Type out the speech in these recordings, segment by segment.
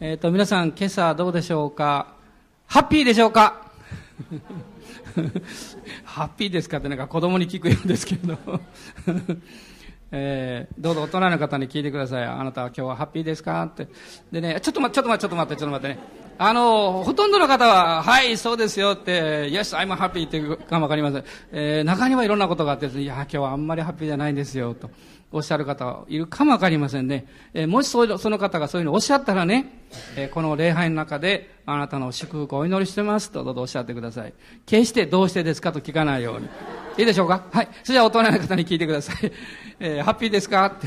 皆さん今朝どうでしょうか？ハッピーでしょうか？ハッピーですかってなんか子供に聞くようですけど、どうぞ大人の方に聞いてください。あなたは今日はハッピーですかって。でね、ちょっと待ってね。ほとんどの方は、はい、そうですよって、Yes, I'm happy って言うかもわかりません。中にはいろんなことがあってですね、いや、今日はあんまりハッピーじゃないんですよ、とおっしゃる方はいるかもわかりませんね。もしその方がそういうのをおっしゃったらね、この礼拝の中で、あなたの祝福をお祈りしてますと、どうぞおっしゃってください。決してどうしてですかと聞かないように。いいでしょうか？はい。それじゃあ大人の方に聞いてください。ハッピーですかって。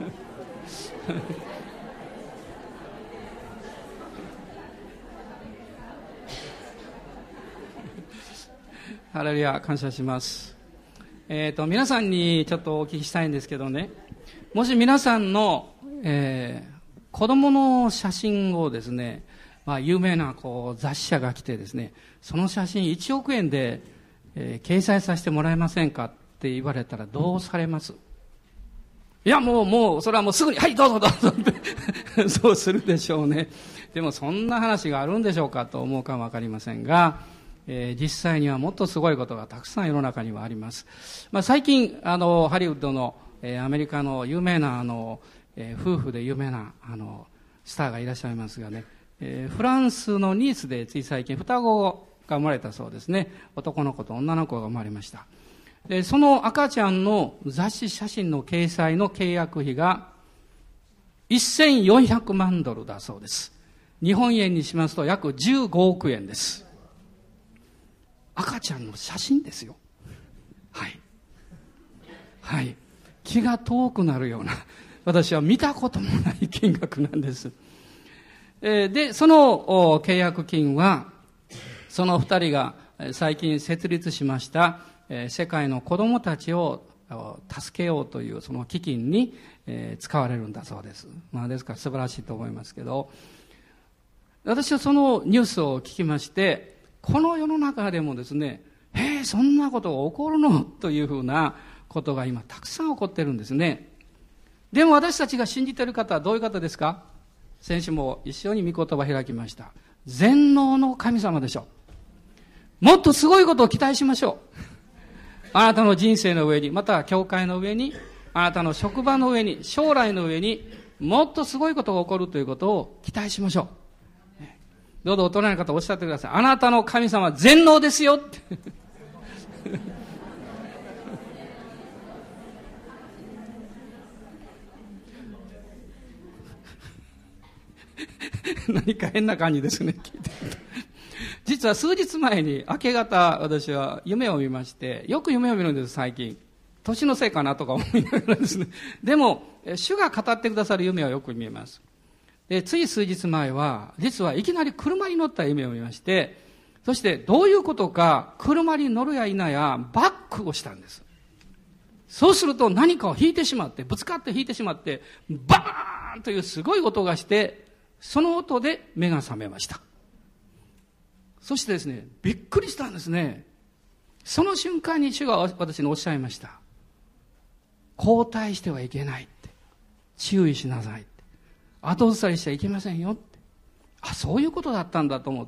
ハレルヤ、感謝します。皆さんにちょっとお聞きしたいんですけどね、もし皆さんの、子供の写真をですね、有名な雑誌社が来てですね、その写真1億円で、掲載させてもらえませんかって言われたらどうされます？いや、もう、それはもうすぐに、はい、どうぞってそうするでしょうね。でもそんな話があるんでしょうかと思うかもわかりませんが、実際にはもっとすごいことがたくさん世の中にはあります。最近、ハリウッドの、アメリカの有名な、夫婦で有名な、スターがいらっしゃいますがね、フランスのニースでつい最近、双子が生まれたそうですね。男の子と女の子が生まれました。で、その赤ちゃんの雑誌写真の掲載の契約費が1400万ドルだそうです。日本円にしますと約15億円です。赤ちゃんの写真ですよ。はい。はい。気が遠くなるような、私は見たこともない金額なんです。で、その契約金は、その二人が最近設立しました、世界の子供たちを助けようというその基金に使われるんだそうです。ですから素晴らしいと思いますけど、私はそのニュースを聞きまして、この世の中でもですね、そんなことが起こるのというふうなことが今たくさん起こってるんですね。でも私たちが信じている方はどういう方ですか？先週も一緒に御言葉開きました。全能の神様でしょう。もっとすごいことを期待しましょう。あなたの人生の上に、または教会の上に、あなたの職場の上に、将来の上にもっとすごいことが起こるということを期待しましょう。どうぞ大人の方おっしゃってください。あなたの神様全能ですよって何か変な感じですね。聞いて実は数日前に明け方私は夢を見まして、よく夢を見るんです最近。年のせいかなとか思いながらですね。でも主が語ってくださる夢はよく見えます。で、つい数日前は実はいきなり車に乗った夢を見まして、そしてどういうことか車に乗るや否やバックをしたんです。そうすると何かを引いてしまって、ぶつかって引いてしまって、バーンというすごい音がして、その音で目が覚めました。そしてですね、びっくりしたんですね。その瞬間に主が私におっしゃいました。後退してはいけないって。注意しなさいって。後ずさりしちゃいけませんよって。そういうことだったんだと思って、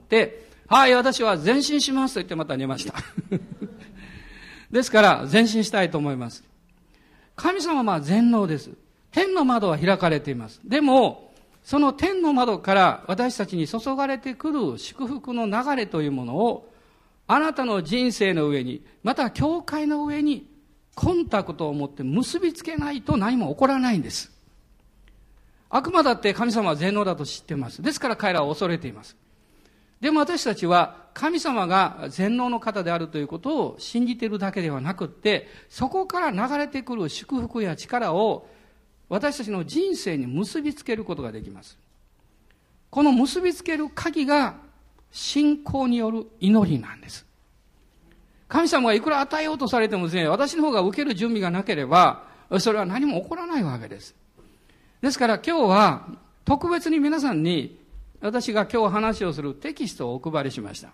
はい、私は前進しますと言ってまた寝ました。ですから前進したいと思います。神様は全能です。天の窓は開かれています。でも、その天の窓から私たちに注がれてくる祝福の流れというものを、あなたの人生の上に、また教会の上にコンタクトを持って結びつけないと何も起こらないんです。悪魔だって神様は全能だと知っています。ですから彼らは恐れています。でも私たちは神様が全能の方であるということを信じているだけではなくって、そこから流れてくる祝福や力を私たちの人生に結びつけることができます。この結びつける鍵が信仰による祈りなんです。神様がいくら与えようとされてもですね、私の方が受ける準備がなければ、それは何も起こらないわけです。ですから今日は特別に皆さんに私が今日話をするテキストをお配りしました。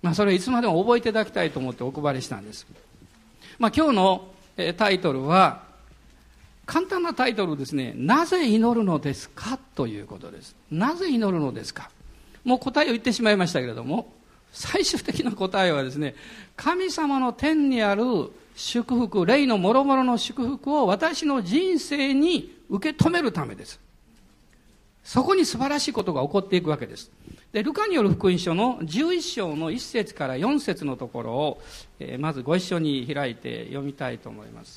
それをいつまでも覚えていただきたいと思ってお配りしたんです。今日のタイトルは、 簡単なタイトルですね。なぜ祈るのですかということです。なぜ祈るのですか。もう答えを言ってしまいましたけれども、最終的な答えはですね、神様の天にある祝福、霊の諸々の祝福を私の人生に受け止めるためです。そこに素晴らしいことが起こっていくわけです。で、ルカによる福音書の11章の1節から4節のところを、まずご一緒に開いて読みたいと思います。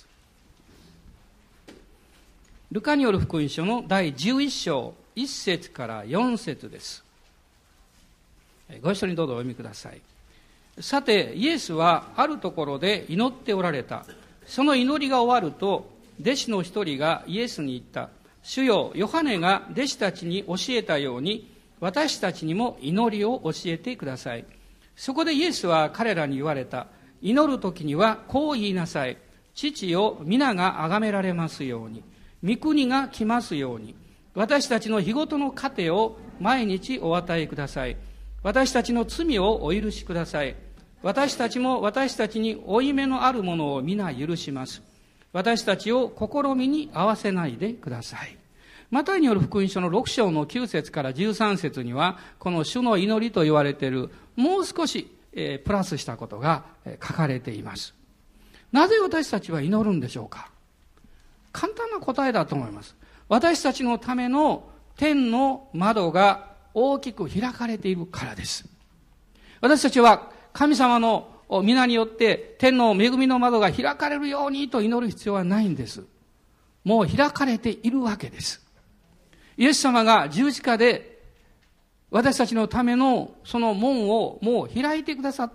ルカによる福音書の第11章1節から4節です。ご一緒にどうぞお読みください。さて、イエスはあるところで祈っておられた。その祈りが終わると、弟子の一人がイエスに言った。主よ、ヨハネが弟子たちに教えたように、私たちにも祈りを教えてください。そこでイエスは彼らに言われた。祈るときにはこう言いなさい。父よ、皆が崇められますように。御国が来ますように。私たちの日ごとの糧を毎日お与えください。私たちの罪をお許しください。私たちも私たちに負い目のあるものを皆許します。私たちを試みに合わせないでください。マタイによる福音書の6章の9節から13節には、この主の祈りと言われている、もう少し、プラスしたことが書かれています。なぜ私たちは祈るんでしょうか。簡単な答えだと思います。私たちのための天の窓が大きく開かれているからです。私たちは神様の皆によって天の恵みの窓が開かれるようにと祈る必要はないんです。もう開かれているわけです。イエス様が十字架で私たちのためのその門をもう開いてくださって、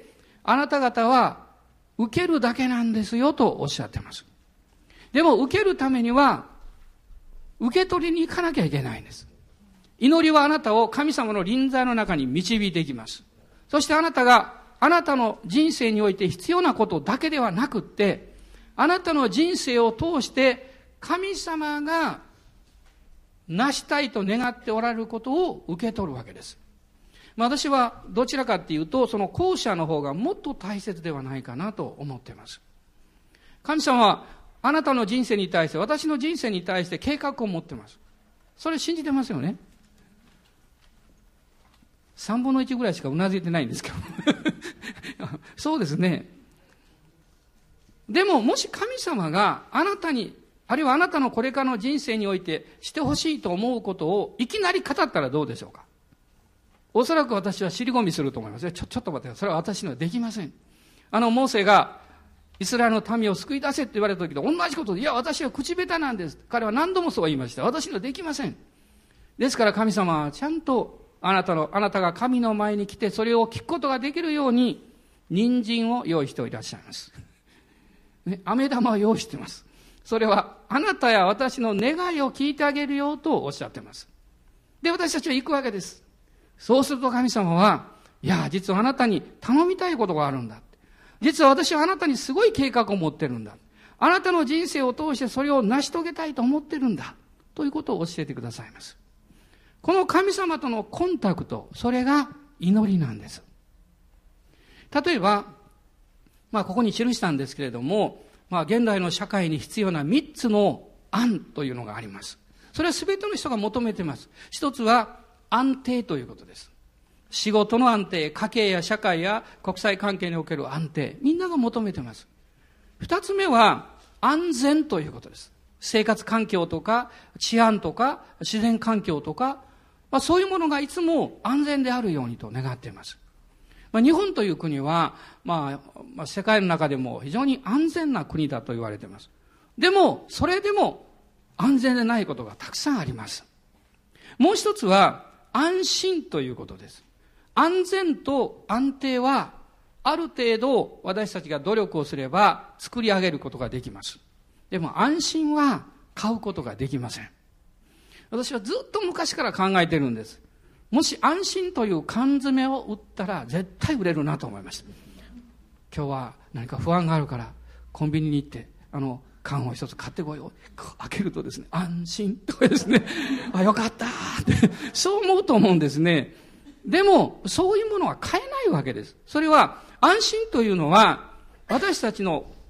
あなた方は受けるだけなんですよとおっしゃっています。でも受けるためには受け取りに行かなきゃいけないんです。祈りはあなたを神様の臨在の中に導いていきます。そしてあなたがあなたの人生において必要なことだけではなくって、あなたの人生を通して神様が成したいと願っておられることを受け取るわけです。私はどちらかっていうと、その後者の方がもっと大切ではないかなと思っています。神様はあなたの人生に対して、私の人生に対して計画を持っています。それ信じてますよね。3分の1ぐらいしかうなずいてないんですけどそうですね。でももし神様があなたに、あるいはあなたのこれからの人生においてしてほしいと思うことをいきなり語ったらどうでしょうか。おそらく私は尻込みすると思います。ちょっと待って、それは私にはできません。モーセがイスラエルの民を救い出せって言われた時と同じことで、いや私は口下手なんです。彼は何度もそう言いました。私にはできません。ですから神様はちゃんとあなたが神の前に来てそれを聞くことができるように人参を用意していらっしゃいます。飴玉を用意しています。それはあなたや私の願いを聞いてあげるよとおっしゃっています。で、私たちは行くわけです。そうすると神様は、いや、実はあなたに頼みたいことがあるんだ。実は私はあなたにすごい計画を持ってるんだ。あなたの人生を通してそれを成し遂げたいと思ってるんだ。ということを教えてくださいます。この神様とのコンタクト、それが祈りなんです。例えば、ここに記したんですけれども、現代の社会に必要な3つの安というのがあります。それは全ての人が求めています。一つは安定ということです。仕事の安定、家計や社会や国際関係における安定、みんなが求めています。二つ目は安全ということです。生活環境とか治安とか自然環境とか、そういうものがいつも安全であるようにと願っています。日本という国は、世界の中でも非常に安全な国だと言われています。でも、それでも安全でないことがたくさんあります。もう一つは安心ということです。安全と安定はある程度私たちが努力をすれば作り上げることができます。でも安心は買うことができません。私はずっと昔から考えているんです。もし安心という缶詰を売ったら絶対売れるなと思いました。今日は何か不安があるからコンビニに行って缶を一つ買ってこよう。開けるとですね、安心とかですね、よかったってそう思うと思うんですね。でもそういうものは買えないわけです。それは安心というのは私たちの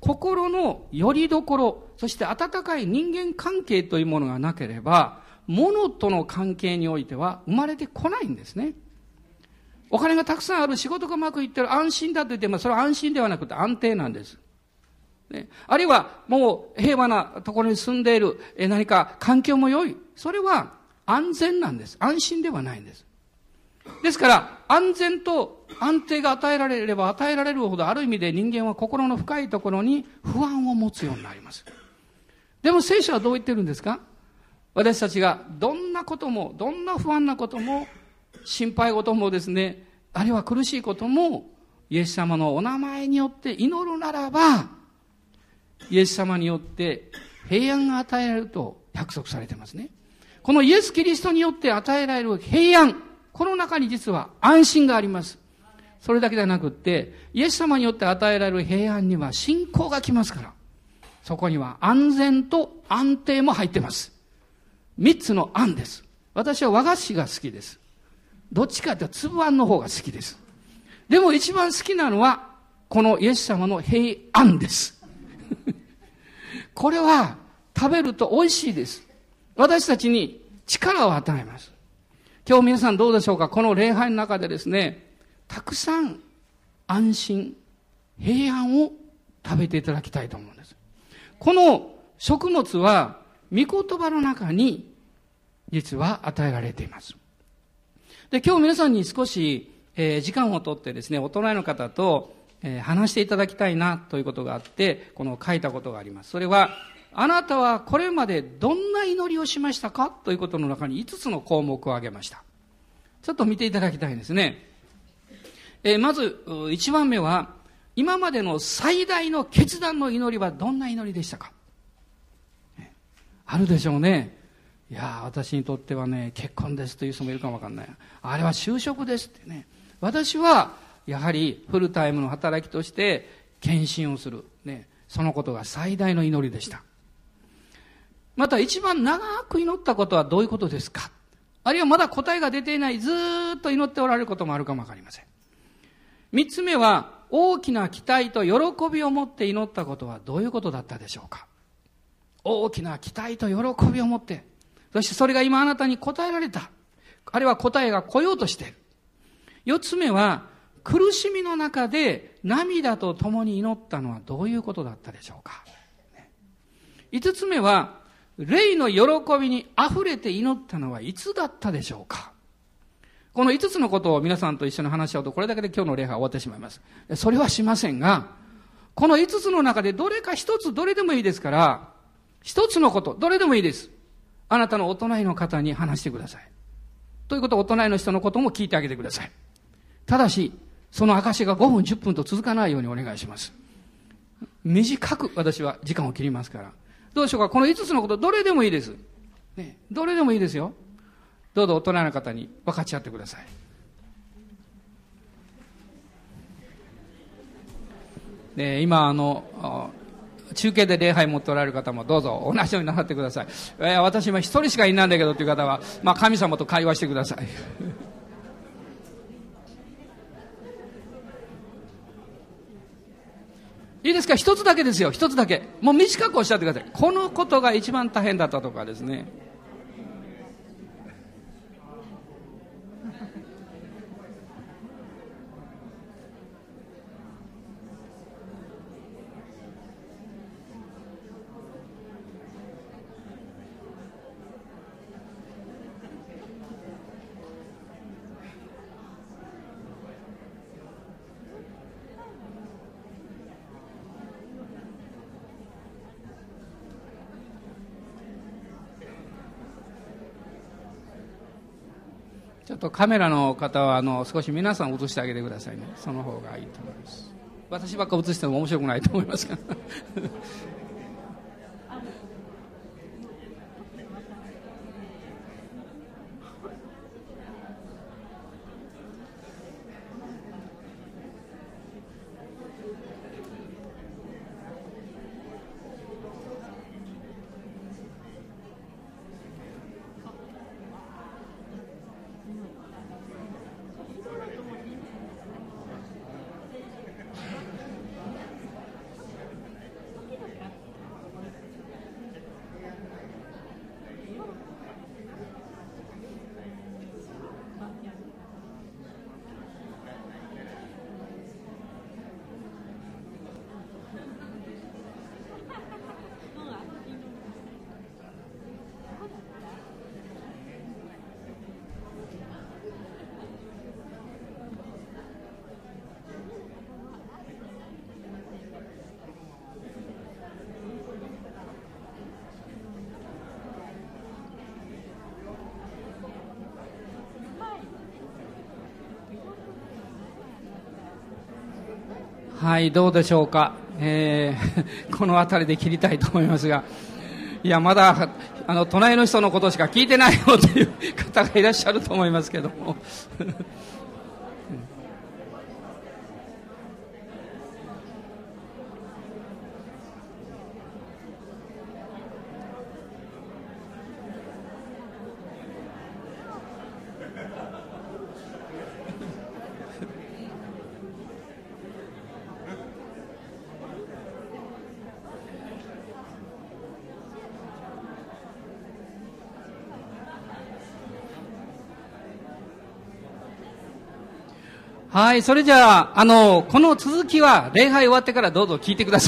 心の拠り所、そして温かい人間関係というものがなければ、物との関係においては生まれてこないんですね。お金がたくさんある、仕事がうまくいってる、安心だと言っても、それは安心ではなくて安定なんです。ね、あるいはもう平和なところに住んでいる、何か環境も良い。それは安全なんです。安心ではないんです。ですから、安全と安定が与えられれば与えられるほど、ある意味で人間は心の深いところに不安を持つようになります。でも聖書はどう言ってるんですか？私たちがどんなことも、どんな不安なことも、心配事もですね、あるいは苦しいことも、イエス様のお名前によって祈るならば、イエス様によって平安が与えられると約束されてますね。このイエス・キリストによって与えられる平安、この中に実は安心があります。それだけではなくって、イエス様によって与えられる平安には信仰が来ますから、そこには安全と安定も入ってます。三つの安です。私は和菓子が好きです。どっちかというと粒あんの方が好きです。でも一番好きなのは、このイエス様の平安です。これは食べると美味しいです。私たちに力を与えます。今日皆さんどうでしょうか？この礼拝の中でですね、たくさん安心、平安を食べていただきたいと思うんです。この食物は御言葉の中に実は与えられています。で、今日皆さんに少し、時間をとってですね、大人の方と、話していただきたいなということがあって、この書いたことがあります。それは、あなたはこれまでどんな祈りをしましたかということの中に5つの項目を挙げました。ちょっと見ていただきたいんですね。まず、1番目は、今までの最大の決断の祈りはどんな祈りでしたか？あるでしょうね。いや私にとってはね、結婚ですという人もいるかもわかんない。あれは就職ですってね。私はやはりフルタイムの働きとして献身をする、ね、そのことが最大の祈りでした。また一番長く祈ったことはどういうことですか？あるいはまだ答えが出ていない、ずーっと祈っておられることもあるかもわかりません。三つ目は、大きな期待と喜びを持って祈ったことはどういうことだったでしょうか？大きな期待と喜びを持って、そしてそれが今あなたに答えられた。あるいは答えが来ようとしている。四つ目は、苦しみの中で涙と共に祈ったのはどういうことだったでしょうか？五つ目は、霊の喜びに溢れて祈ったのはいつだったでしょうか？この五つのことを皆さんと一緒に話し合うと、これだけで今日の礼拝は終わってしまいます。それはしませんが、この五つの中でどれか一つ、どれでもいいですから、一つのこと、どれでもいいです。あなたのお隣の方に話してください。ということはお隣の人のことも聞いてあげてください。ただし、その証が5分、10分と続かないようにお願いします。短く私は時間を切りますから。どうでしょうか？この5つのこと、どれでもいいです。ね、どれでもいいですよ。どうぞお隣の方に分かち合ってください。で、今中継で礼拝持っておられる方もどうぞ同じようになさってください。私今一人しかいないんだけどという方は、神様と会話してください。いいですか？一つだけですよ。一つだけ。もう短くおっしゃってください。このことが一番大変だったとかですね。ちょっとカメラの方は少し皆さん映してあげてくださいね。その方がいいと思います。私ばっか映しても面白くないと思いますからはい、どうでしょうか。この辺りで切りたいと思いますが、いや、まだ、隣の人のことしか聞いてないよという方がいらっしゃると思いますけども。はい、それじゃあ、この続きは礼拝終わってからどうぞ聞いてくださ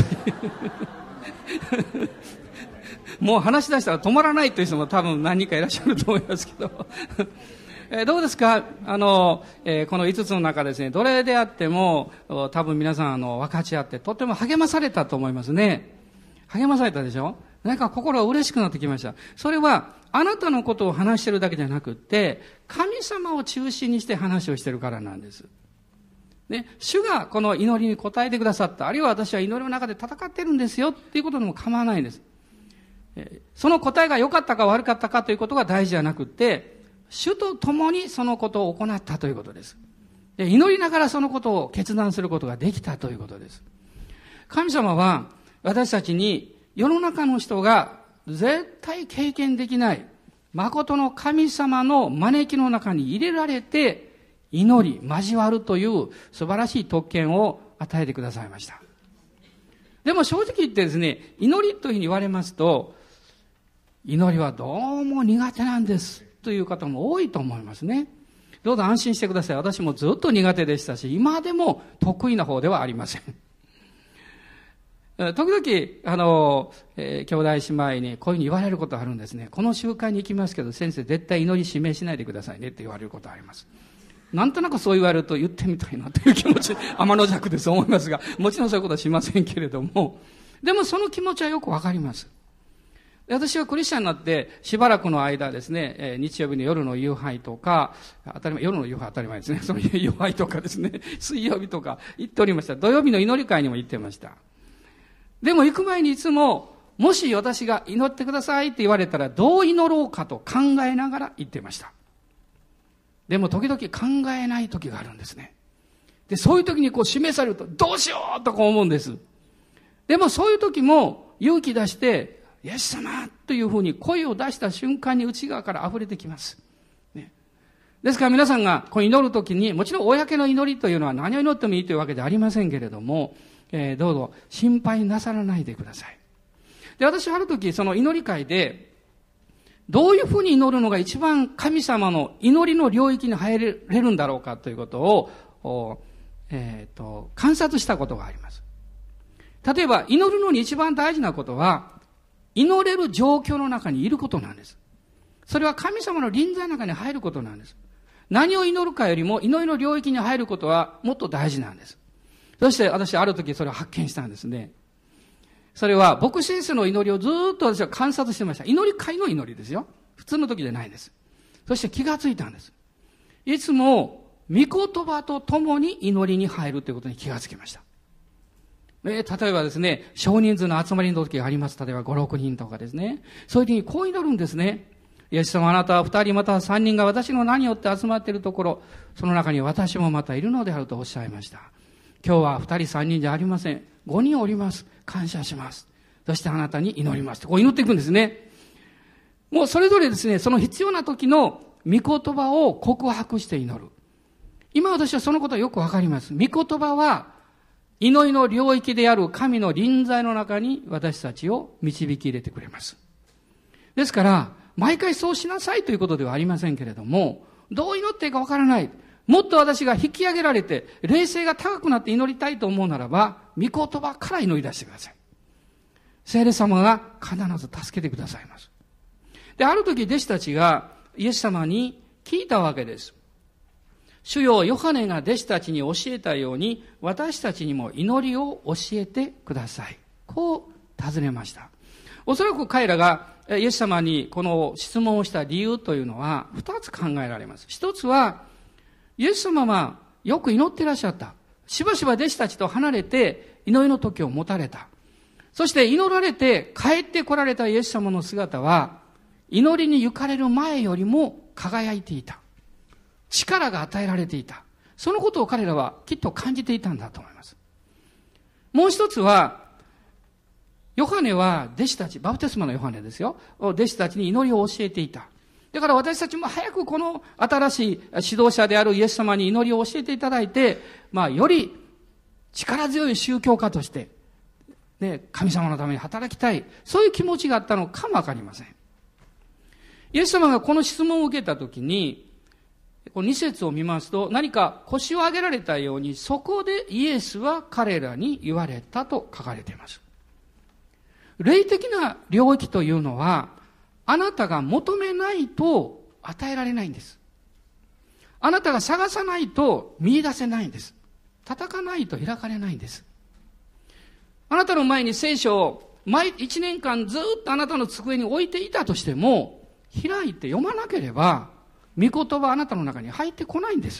い。もう話し出したら止まらないという人も多分何人かいらっしゃると思いますけど。どうですか？この5つの中ですね、どれであっても、多分皆さん分かち合って、とても励まされたと思いますね。励まされたでしょ？なんか心が嬉しくなってきました。それは、あなたのことを話してるだけじゃなくって、神様を中心にして話をしてるからなんです。ね、主がこの祈りに応えてくださった。あるいは私は祈りの中で戦ってるんですよっていうことでも構わないんです。その答えが良かったか悪かったかということが大事じゃなくって、主と共にそのことを行ったということです。で、祈りながらそのことを決断することができたということです。神様は私たちに世の中の人が絶対経験できない誠の神様の招きの中に入れられて祈り、交わるという素晴らしい特権を与えてくださいました。でも正直言ってですね、祈りというふうに言われますと、祈りはどうも苦手なんですという方も多いと思いますね。どうぞ安心してください。私もずっと苦手でしたし、今でも得意な方ではありません。時々、兄弟姉妹にこういうふうに言われることがあるんですね。この集会に行きますけど、先生絶対祈り指名しないでくださいねって言われることがあります。なんとなくそう言われると言ってみたいなという気持ち、天の弱です思いますが、もちろんそういうことはしませんけれども、でもその気持ちはよくわかります。私はクリスチャンになってしばらくの間ですね、日曜日の夜の夕拝とか、夜の夕拝当たり前ですね、その夕拝とかですね、水曜日とか行っておりました。土曜日の祈り会にも行ってました。でも行く前にいつも、もし私が祈ってくださいって言われたらどう祈ろうかと考えながら行ってました。でも時々考えない時があるんですね。で、そういう時にこう示されるとどうしようとこう思うんです。でもそういう時も勇気出して、イエス様というふうに声を出した瞬間に内側から溢れてきます。ね、ですから皆さんがこう祈る時に、もちろん公の祈りというのは何を祈ってもいいというわけではありませんけれども、どうぞ心配なさらないでください。で、私はある時その祈り会で、どういうふうに祈るのが一番神様の祈りの領域に入れるんだろうかということを、観察したことがあります。例えば、祈るのに一番大事なことは、祈れる状況の中にいることなんです。それは神様の臨在の中に入ることなんです。何を祈るかよりも祈りの領域に入ることはもっと大事なんです。そして私ある時それを発見したんですね。それは牧師先生の祈りをずっと私は観察してました。祈り会の祈りですよ。普通の時じゃないです。そして気がついたんです。いつも御言葉と共に祈りに入るということに気がつきました。例えばですね、少人数の集まりの時があります。例えば5、6人とかですね。そういう時にこう祈るんですね。イエス様、あなたは2人または3人が私の名によって集まっているところ、その中に私もまたいるのであるとおっしゃいました。今日は2人3人じゃありません。5人おります。感謝します。そしてあなたに祈ります。こう祈っていくんですね。もうそれぞれですね、その必要な時の御言葉を告白して祈る。今私はそのことはよくわかります。御言葉は祈りの領域である神の臨在の中に私たちを導き入れてくれます。ですから、毎回そうしなさいということではありませんけれども、どう祈っていいかわからない。もっと私が引き上げられて、霊性が高くなって祈りたいと思うならば、御言葉から祈り出してください。聖霊様が必ず助けてくださいます。で、ある時弟子たちがイエス様に聞いたわけです。主よ、ヨハネが弟子たちに教えたように、私たちにも祈りを教えてください。こう尋ねました。おそらく彼らがイエス様にこの質問をした理由というのは2つ考えられます。一つは、イエス様はよく祈ってらっしゃった。 しばしば弟子たちと離れて祈りの時を持たれた。そして祈られて帰って来られたイエス様の姿は、祈りに行かれる前よりも輝いていた。力が与えられていた。そのことを彼らはきっと感じていたんだと思います。もう一つは、ヨハネは弟子たち、バプテスマのヨハネですよ。弟子たちに祈りを教えていた。だから私たちも早くこの新しい指導者であるイエス様に祈りを教えていただいて、より力強い宗教家として、ね、神様のために働きたい。そういう気持ちがあったのかもわかりません。イエス様がこの質問を受けたときに、この2節を見ますと、何か腰を上げられたように、そこでイエスは彼らに言われたと書かれています。霊的な領域というのは、あなたが求めないと与えられないんです。あなたが探さないと見出せないんです。叩かないと開かれないんです。あなたの前に聖書を1年間ずっとあなたの机に置いていたとしても、開いて読まなければ、御言葉はあなたの中に入ってこないんです。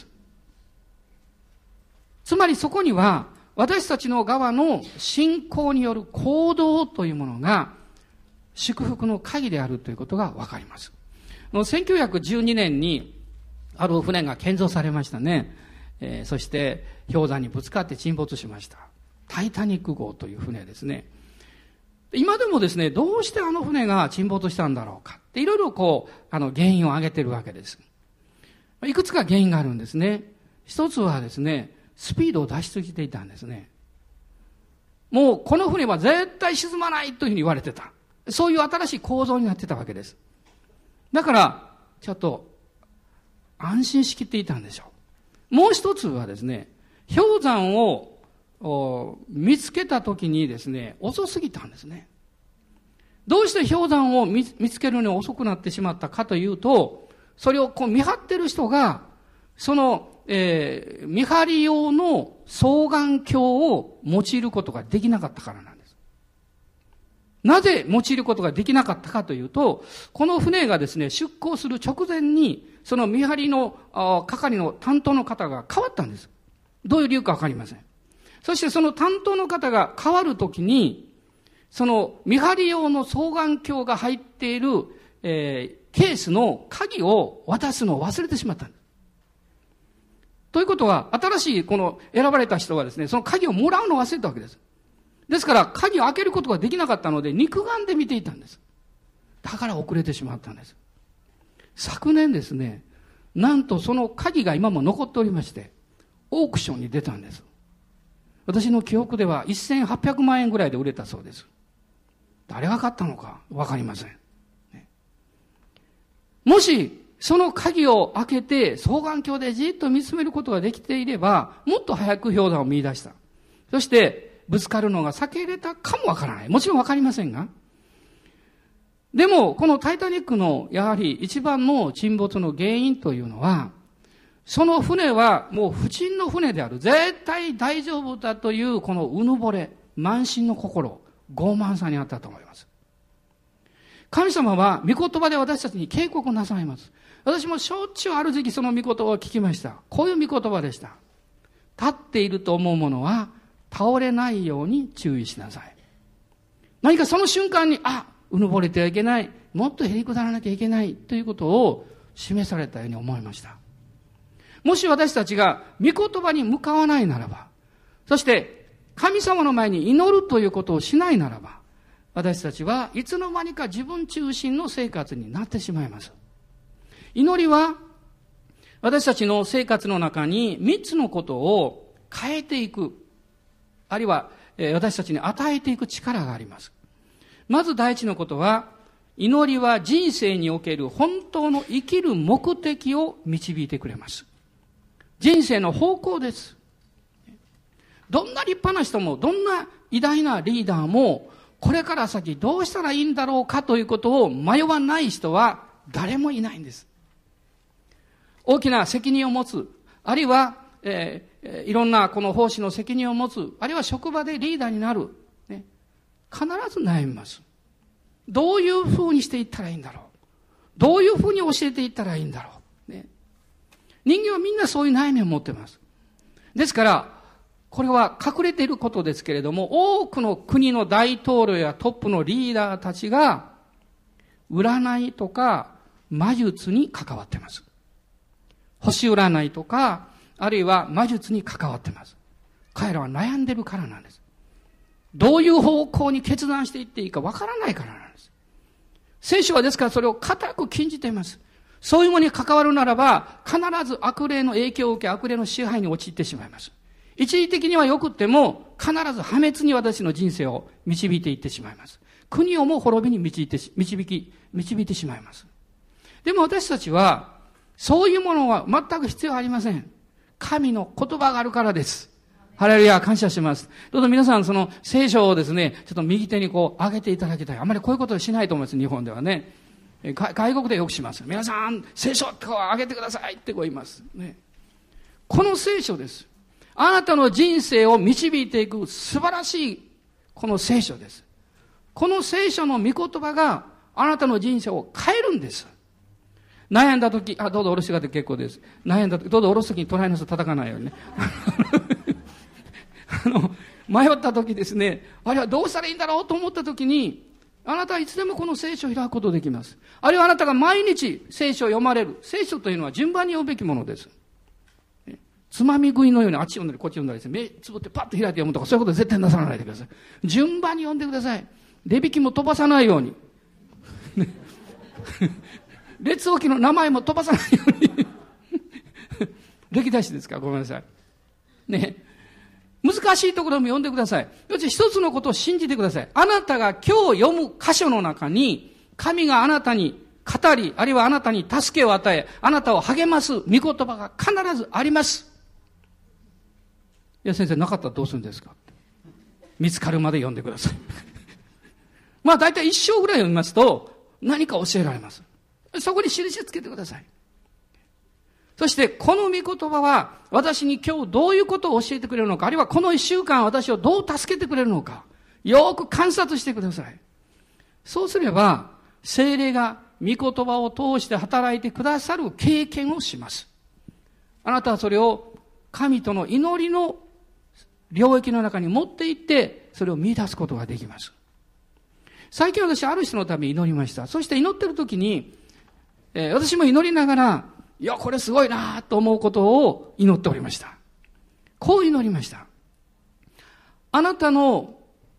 つまりそこには、私たちの側の信仰による行動というものが、祝福の鍵であるということがわかります。1912年に、ある船が建造されましたね。そして、氷山にぶつかって沈没しました。タイタニック号という船ですね。今でもですね、どうしてあの船が沈没したんだろうかっていろいろ原因を挙げてるわけです。いくつか原因があるんですね。一つはですね、スピードを出しすぎていたんですね。もうこの船は絶対沈まないというふうに言われてた。そういう新しい構造になってたわけです。だから、ちょっと安心しきっていたんでしょう。もう一つはですね、氷山を見つけたときにですね、遅すぎたんですね。どうして氷山を見つけるのに遅くなってしまったかというと、それを見張ってる人が、その、見張り用の双眼鏡を用いることができなかったからなんです。なぜ用いることができなかったかというと、この船がですね、出港する直前に、その見張りの係の担当の方が変わったんです。どういう理由かわかりません。そしてその担当の方が変わるときに、その見張り用の双眼鏡が入っている、ケースの鍵を渡すのを忘れてしまったんです。ということは、新しいこの選ばれた人はですね、その鍵をもらうのを忘れたわけです。ですから、鍵を開けることができなかったので、肉眼で見ていたんです。だから遅れてしまったんです。昨年ですね、なんとその鍵が今も残っておりまして、オークションに出たんです。私の記憶では1800万円ぐらいで売れたそうです。誰が買ったのかわかりません。もし、その鍵を開けて双眼鏡でじっと見つめることができていれば、もっと早く氷山を見出した。そして、ぶつかるのが避けれたかもわからない。もちろんわかりませんが。でも、このタイタニックのやはり一番の沈没の原因というのは、その船はもう不沈の船である。絶対大丈夫だというこのうぬぼれ、慢心の心、傲慢さにあったと思います。神様は御言葉で私たちに警告なさいます。私もしょっちゅうある時期その御言葉を聞きました。こういう御言葉でした。立っていると思うものは倒れないように注意しなさい。何かその瞬間に、うぬぼれてはいけない。もっとへりくだらなきゃいけないということを示されたように思いました。もし私たちが御言葉に向かわないならば、そして神様の前に祈るということをしないならば、私たちはいつの間にか自分中心の生活になってしまいます。祈りは私たちの生活の中に3つのことを変えていく、あるいは私たちに与えていく力があります。まず第一のことは、祈りは人生における本当の生きる目的を導いてくれます。人生の方向です。どんな立派な人も、どんな偉大なリーダーも、これから先どうしたらいいんだろうかということを迷わない人は誰もいないんです。大きな責任を持つ、あるいは、いろんなこの奉仕の責任を持つ、あるいは職場でリーダーになる、ね、必ず悩みます。どういうふうにしていったらいいんだろう。どういうふうに教えていったらいいんだろう。ね、人間はみんなそういう悩みを持っています。ですから、 これは隠れていることですけれども、多くの国の大統領やトップのリーダーたちが、占いとか魔術に関わっています。星占いとか、あるいは魔術に関わっています。彼らは悩んでるからなんです。どういう方向に決断していっていいかわからないからなんです。聖書はですからそれを固く禁じています。そういうものに関わるならば、必ず悪霊の影響を受け、悪霊の支配に陥ってしまいます。一時的には良くっても、必ず破滅に私の人生を導いていってしまいます。国をも滅びに導いてしまいます。でも私たちは、そういうものは全く必要ありません。神の言葉があるからです。ハレルヤ、感謝します。どうぞ皆さんその聖書をですね、ちょっと右手にこう上げていただきたい。あんまりこういうことをしないと思います、日本ではね。外国でよくします。皆さん、聖書を上げてくださいってこう言います。ね、この聖書です。あなたの人生を導いていく素晴らしいこの聖書です。この聖書の御言葉があなたの人生を変えるんです。悩んだとき、どうぞ下ろしてください、結構です。悩んだとき、どうぞ下ろすときに隣の人叩かないようにね。迷ったときですね、あれはどうしたらいいんだろうと思ったときに、あなたはいつでもこの聖書を開くことができます。あるいはあなたが毎日聖書を読まれる。聖書というのは順番に読むべきものです。つまみ食いのようにあっち読んだりこっち読んだりですね、目つぶってパッと開いて読むとかそういうこと絶対なさらないでください。順番に読んでください。値引きも飛ばさないように。列王記の名前も飛ばさないように。歴代史ですか、ごめんなさい。ね。難しいところも読んでください。そして一つのことを信じてください。あなたが今日読む箇所の中に、神があなたに語り、あるいはあなたに助けを与え、あなたを励ます御言葉が必ずあります。いや先生、なかったらどうするんですか？見つかるまで読んでください。まあ大体一章ぐらい読みますと、何か教えられます。そこに印つけてください。そしてこの御言葉は私に今日どういうことを教えてくれるのか、あるいはこの一週間私をどう助けてくれるのか、よく観察してください。そうすれば聖霊が御言葉を通して働いてくださる経験をします。あなたはそれを神との祈りの領域の中に持っていってそれを見出すことができます。最近私ある人のために祈りました。そして祈ってる時に、私も祈りながら、いやこれすごいなと思うことを祈っておりました。こう祈りました。あなたの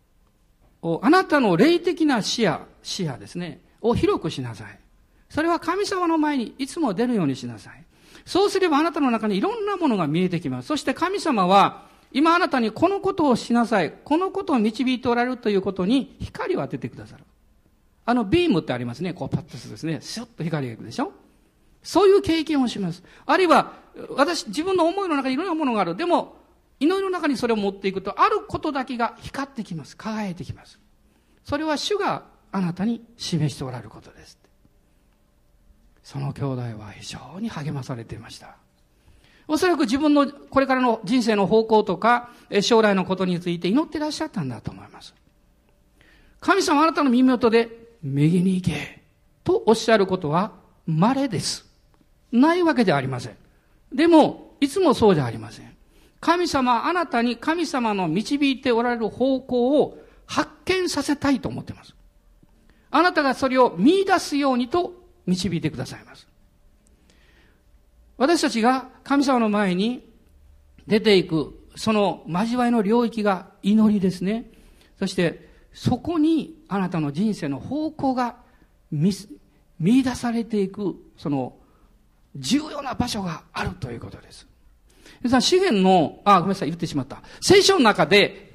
霊的な視野ですねを広くしなさい。それは神様の前にいつも出るようにしなさい。そうすればあなたの中にいろんなものが見えてきます。そして神様は今あなたにこのことをしなさい、このことを導いておられるということに光を当ててくださる。ビームってありますね。こうパッとするですね。シュッと光がいくでしょ。そういう経験をします。あるいは自分の思いの中にいろんなものがある。でも祈りの中にそれを持っていくと、あることだけが光ってきます。輝いてきます。それは主があなたに示しておられることです。その兄弟は非常に励まされていました。おそらく自分のこれからの人生の方向とか将来のことについて祈っていらっしゃったんだと思います。神様あなたの耳元で右に行けとおっしゃることは稀です。ないわけではありません。でもいつもそうじゃありません。神様あなたに神様の導いておられる方向を発見させたいと思っています。あなたがそれを見出すようにと導いてくださいます。私たちが神様の前に出ていくその交わりの領域が祈りですね。そしてそこにあなたの人生の方向が見出されていくその重要な場所があるということです。皆さん詩篇のごめんなさい言ってしまった。聖書の中で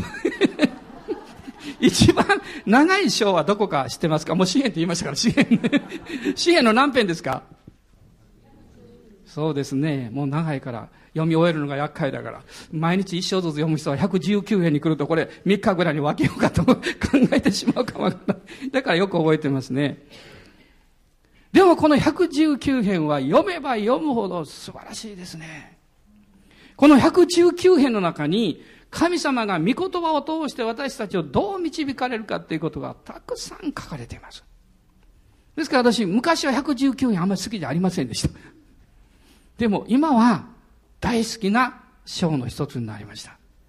一番長い章はどこか知ってますか？もう詩篇って言いましたから詩篇の何編ですか？そうですね。もう長いから読み終えるのが厄介だから、毎日一章ずつ読む人は119編に来るとこれ3日ぐらいに分けようかと考えてしまうかもわからない。だからよく覚えてますね。でもこの119編は読めば読むほど素晴らしいですね。この119編の中に神様が御言葉を通して私たちをどう導かれるかということがたくさん書かれています。ですから私昔は119編あんまり好きじゃありませんでした。でも今は大好きな章の一つになりました。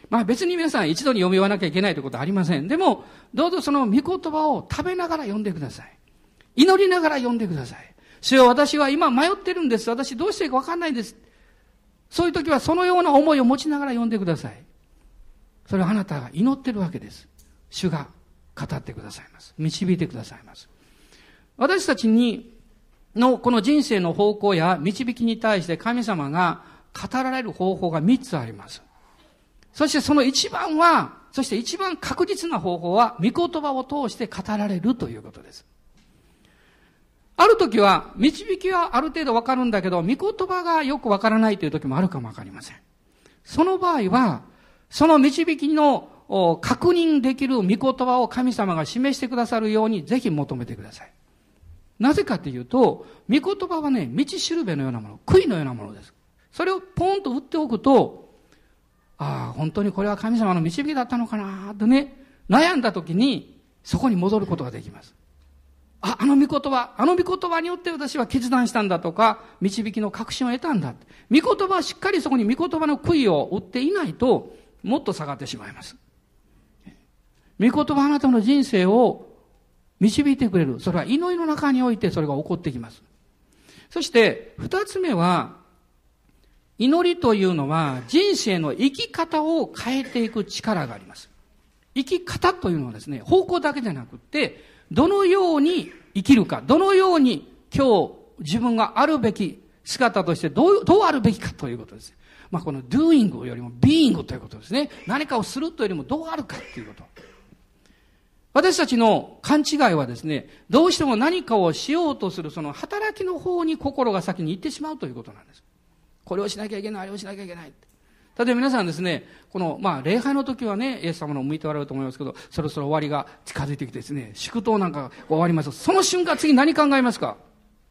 別に皆さん一度に読み終わらなきゃいけないということはありません。でも、どうぞその御言葉を食べながら読んでください。祈りながら読んでください。主よ、私は今迷ってるんです。私どうしていいか分かんないです。そういう時はそのような思いを持ちながら読んでください。それはあなたが祈ってるわけです。主が語ってくださいます。導いてくださいます。私たちのこの人生の方向や導きに対して神様が語られる方法が3つあります。そしてその一番確実な方法は御言葉を通して語られるということです。ある時は導きはある程度わかるんだけど、御言葉がよくわからないという時もあるかもわかりません。その場合は、その導きの確認できる御言葉を神様が示してくださるようにぜひ求めてください。なぜかというと、御言葉はね、道しるべのようなもの、杭のようなものです。それをポンと打っておくと、本当にこれは神様の導きだったのかなとね、悩んだ時にそこに戻ることができます。あの御言葉によって私は決断したんだとか、導きの確信を得たんだ。御言葉はしっかりそこに御言葉の杭を打っていないと、もっと下がってしまいます。御言葉はあなたの人生を導いてくれる。それは祈りの中においてそれが起こってきます。そして二つ目は、祈りというのは人生の生き方を変えていく力があります。生き方というのはですね、方向だけじゃなくって、どのように生きるか、どのように今日自分があるべき姿としてどうあるべきかということです。この doing よりも being ということですね。何かをするというよりもどうあるかということ。私たちの勘違いはですね、どうしても何かをしようとするその働きの方に心が先に行ってしまうということなんです。これをしなきゃいけない、あれをしなきゃいけない。例えば皆さんですね、この、礼拝の時はね、イエス様の向いておられると思いますけど、そろそろ終わりが近づいてきてですね、祝祷なんかが終わります。その瞬間次何考えますか？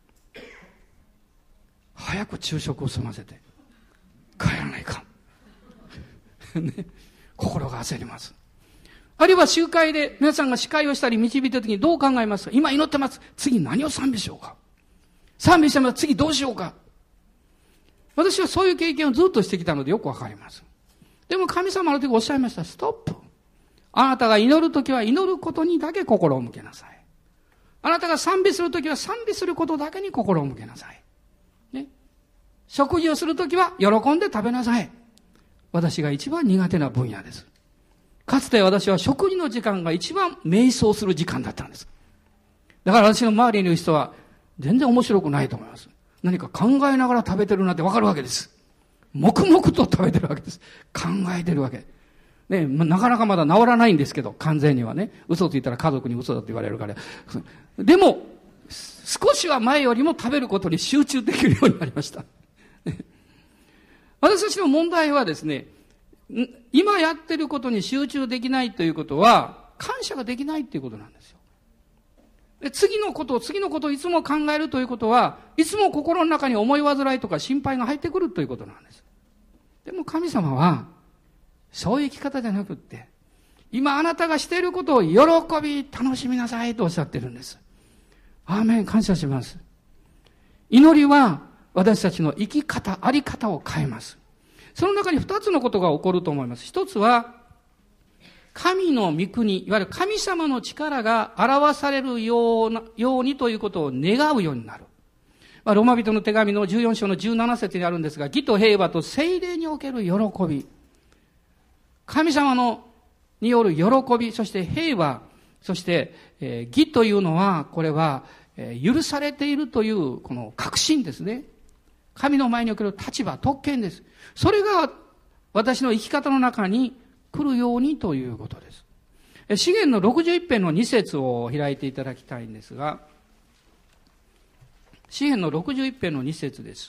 早く昼食を済ませて、帰らないかん。ね、心が焦ります。あるいは集会で皆さんが司会をしたり導いた時にどう考えますか？今祈ってます。次何を賛美しようか。賛美してます。次どうしようか。私はそういう経験をずっとしてきたのでよくわかります。でも神様の時おっしゃいました。ストップ。あなたが祈るときは祈ることにだけ心を向けなさい。あなたが賛美するときは賛美することだけに心を向けなさい。ね。食事をするときは喜んで食べなさい。私が一番苦手な分野です。かつて私は食事の時間が一番瞑想する時間だったんです。だから私の周りにいる人は全然面白くないと思います。何か考えながら食べてるなってわかるわけです。黙々と食べてるわけです。考えてるわけ。ね、なかなかまだ治らないんですけど、完全にはね。嘘ついたら家族に嘘だって言われるから。でも、少しは前よりも食べることに集中できるようになりました。私たちの問題はですね、今やってることに集中できないということは、感謝ができないということなんですよ。で、次のことをいつも考えるということは、いつも心の中に思い煩いとか心配が入ってくるということなんです。でも神様は、そういう生き方じゃなくって、今あなたがしていることを喜び、楽しみなさいとおっしゃってるんです。アーメン、感謝します。祈りは私たちの生き方、あり方を変えます。その中に2つのことが起こると思います。1つは、神の御国、いわゆる神様の力が表されるようにということを願うようになる。ローマ人の手紙の14章の17節にあるんですが、義と平和と聖霊における喜び。神様による喜び、そして平和、そして、義というのは、これは、許されているという、この確信ですね。神の前における立場、特権です。それが私の生き方の中に来るようにということです。詩篇の61編の2節を開いていただきたいんですが、詩篇の61編の2節です。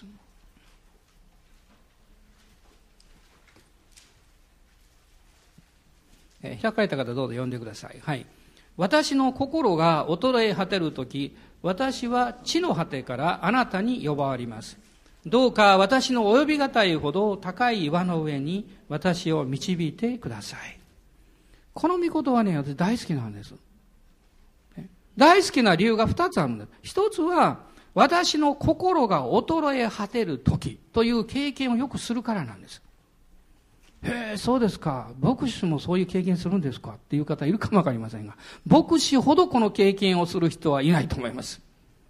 開かれた方どうぞ読んでください。はい。私の心が衰え果てるとき、私は地の果てからあなたに呼ばわります。どうか私の及びがたいほど高い岩の上に私を導いてください。この御言はね、私大好きなんです。大好きな理由が2つあるんです。1つは、私の心が衰え果てる時という経験をよくするからなんです。 へえ、そうですか。牧師もそういう経験するんですかっていう方いるかもわかりませんが、牧師ほどこの経験をする人はいないと思います。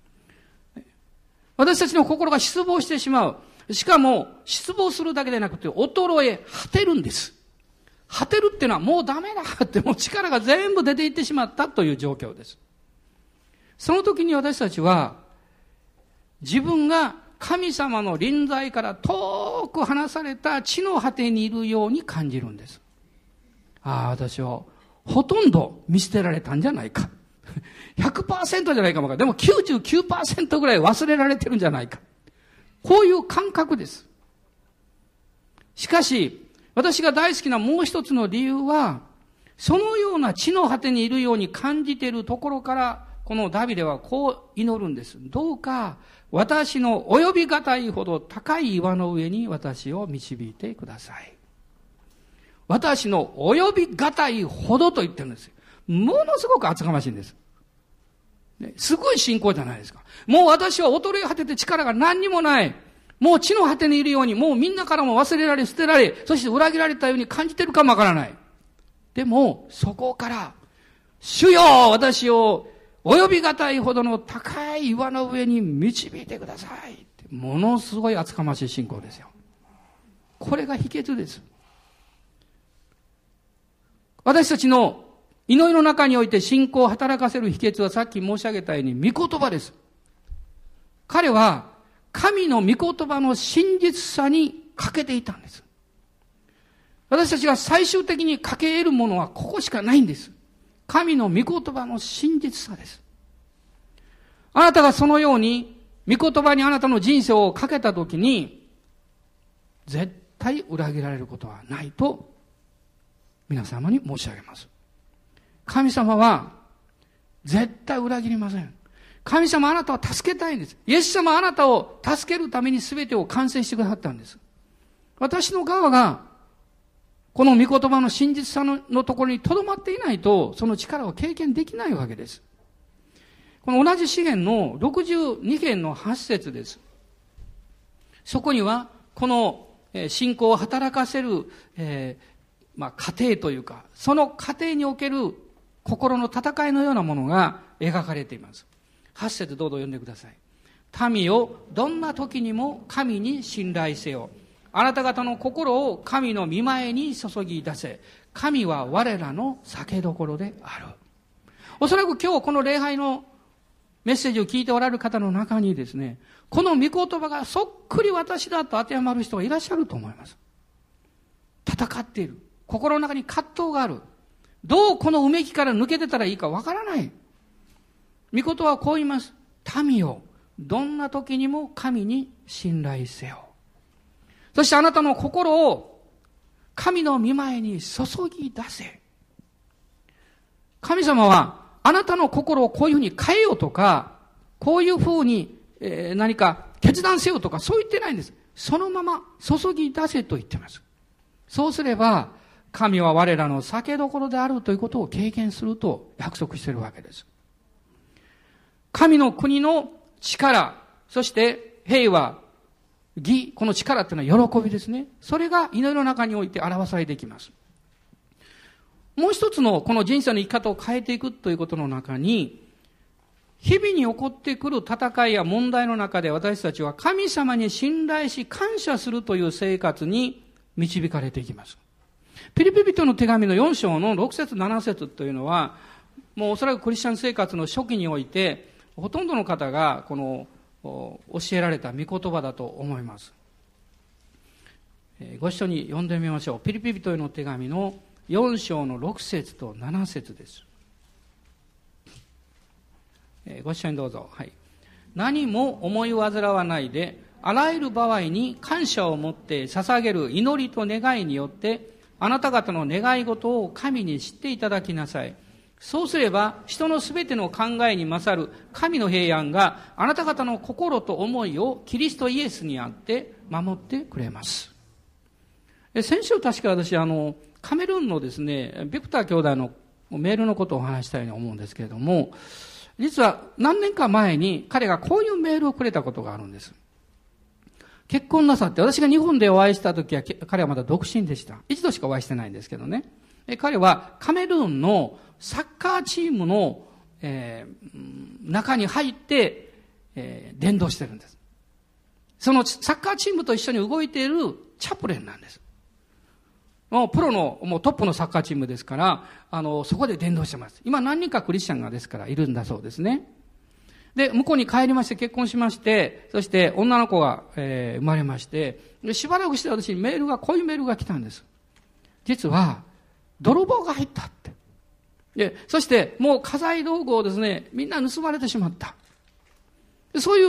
私たちの心が失望してしまう。しかも、失望するだけでなくて、衰え、果てるんです。果てるっていうのはもうダメだって、もう力が全部出ていってしまったという状況です。その時に私たちは、自分が神様の臨在から遠く離された地の果てにいるように感じるんです。ああ、私はほとんど見捨てられたんじゃないか。100% じゃないかもか。でも 99% ぐらい忘れられてるんじゃないか。こういう感覚です。しかし、私が大好きなもう一つの理由は、そのような地の果てにいるように感じているところから、このダビデはこう祈るんです。どうか、私の及びがたいほど高い岩の上に私を導いてください。私の及びがたいほどと言ってるんですよ。ものすごく厚かましいんです。すごい信仰じゃないですか。もう私は衰え果てて力が何にもない。もう地の果てにいるように、もうみんなからも忘れられ、捨てられ、そして裏切られたように感じてるかもわからない。でも、そこから、主よ、私を及びがたいほどの高い岩の上に導いてくださいって。ものすごい厚かましい信仰ですよ。これが秘訣です。私たちの祈りの中において信仰を働かせる秘訣はさっき申し上げたように御言葉です。彼は神の御言葉の真実さに欠けていたんです。私たちが最終的に欠け得るものはここしかないんです。神の御言葉の真実さです。あなたがそのように御言葉にあなたの人生をかけたときに絶対裏切られることはないと皆様に申し上げます。神様は絶対裏切りません。神様あなたを助けたいんです。イエス様あなたを助けるために全てを完成してくださったんです。私の側がこの御言葉の真実さのところに留まっていないとその力を経験できないわけです。この同じ詩篇の62編の8節です。そこにはこの信仰を働かせる、過程というかその過程における心の戦いのようなものが描かれています。8節どうぞ読んでください。民よ、どんな時にも神に信頼せよ。あなた方の心を神の御前に注ぎ出せ。神は我らの酒どころである。おそらく今日この礼拝のメッセージを聞いておられる方の中にですね、この御言葉がそっくり私だと当てはまる人がいらっしゃると思います。戦っている。心の中に葛藤がある。どうこのうめきから抜けてたらいいかわからない。御言葉はこう言います。民よ、どんな時にも神に信頼せよ。そしてあなたの心を神の御前に注ぎ出せ。神様はあなたの心をこういうふうに変えようとか、こういうふうに何か決断せよとかそう言ってないんです。そのまま注ぎ出せと言っています。そうすれば神は我らの酒どころであるということを経験すると約束しているわけです。神の国の力、そして平和、義、この力っていうのは喜びですね。それが祈りの中において表されていきます。もう一つのこの人生の生き方を変えていくということの中に、日々に起こってくる戦いや問題の中で私たちは神様に信頼し感謝するという生活に導かれていきます。ピリピ人の手紙の4章の6節7節というのは、もうおそらくクリスチャン生活の初期において、ほとんどの方がこの教えられた御言葉だと思います。ご一緒に読んでみましょう。ピリピ人への手紙の4章の6節と7節です。ご一緒にどうぞ。はい。何も思い煩わないで、あらゆる場合に感謝を持って捧げる祈りと願いによって、あなた方の願い事を神に知っていただきなさい。そうすれば、人のすべての考えに勝る神の平安があなた方の心と思いをキリストイエスにあって守ってくれます。先週確か私、カメルーンのですね、ビクター兄弟のメールのことをお話したように思うんですけれども、実は何年か前に彼がこういうメールをくれたことがあるんです。 結婚なさって、私が日本でお会いした時は、彼はまだ独身でした。一度しかお会いしてないんですけどね。彼はカメルーンのサッカーチームの、中に入って、伝道してるんです。そのサッカーチームと一緒に動いているチャプレンなんです。もうプロの、もうトップのサッカーチームですから、そこで伝道してます。今何人かクリスチャンがですからいるんだそうですね。で、向こうに帰りまして結婚しまして、そして女の子が、生まれまして、で、しばらくして私にこういうメールが来たんです。実は、泥棒が入ったって。で、そしてもう家財道具をですね、みんな盗まれてしまった。そういう、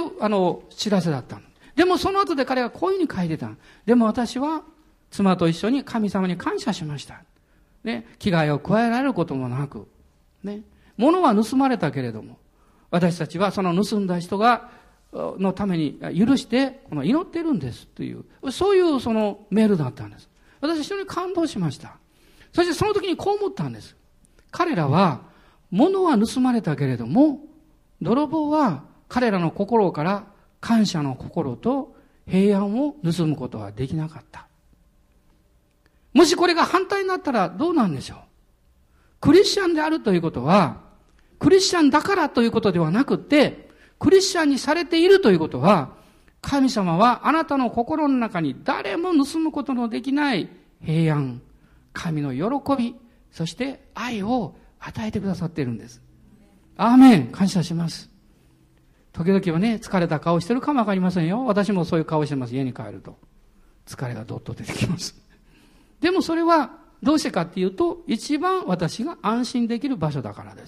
知らせだったの。でもその後で彼がこういうふうに書いてた。でも私は妻と一緒に神様に感謝しました。ね、危害を加えられることもなく、ね、物は盗まれたけれども、私たちはその盗んだ人のために許して祈ってるんですという、そういうそのメールだったんです。私非常に感動しました。そしてその時にこう思ったんです。彼らは物は盗まれたけれども、泥棒は彼らの心から感謝の心と平安を盗むことはできなかった。もしこれが反対になったらどうなんでしょう。クリスチャンであるということは、クリスチャンだからということではなくて、クリスチャンにされているということは、神様はあなたの心の中に誰も盗むことのできない平安、神の喜び、そして愛を与えてくださっているんです。アーメン、感謝します。時々はね、疲れた顔してるかもわかりませんよ。私もそういう顔してます。家に帰ると。疲れがどっと出てきます。でもそれはどうしてかっていうと、一番私が安心できる場所だからです。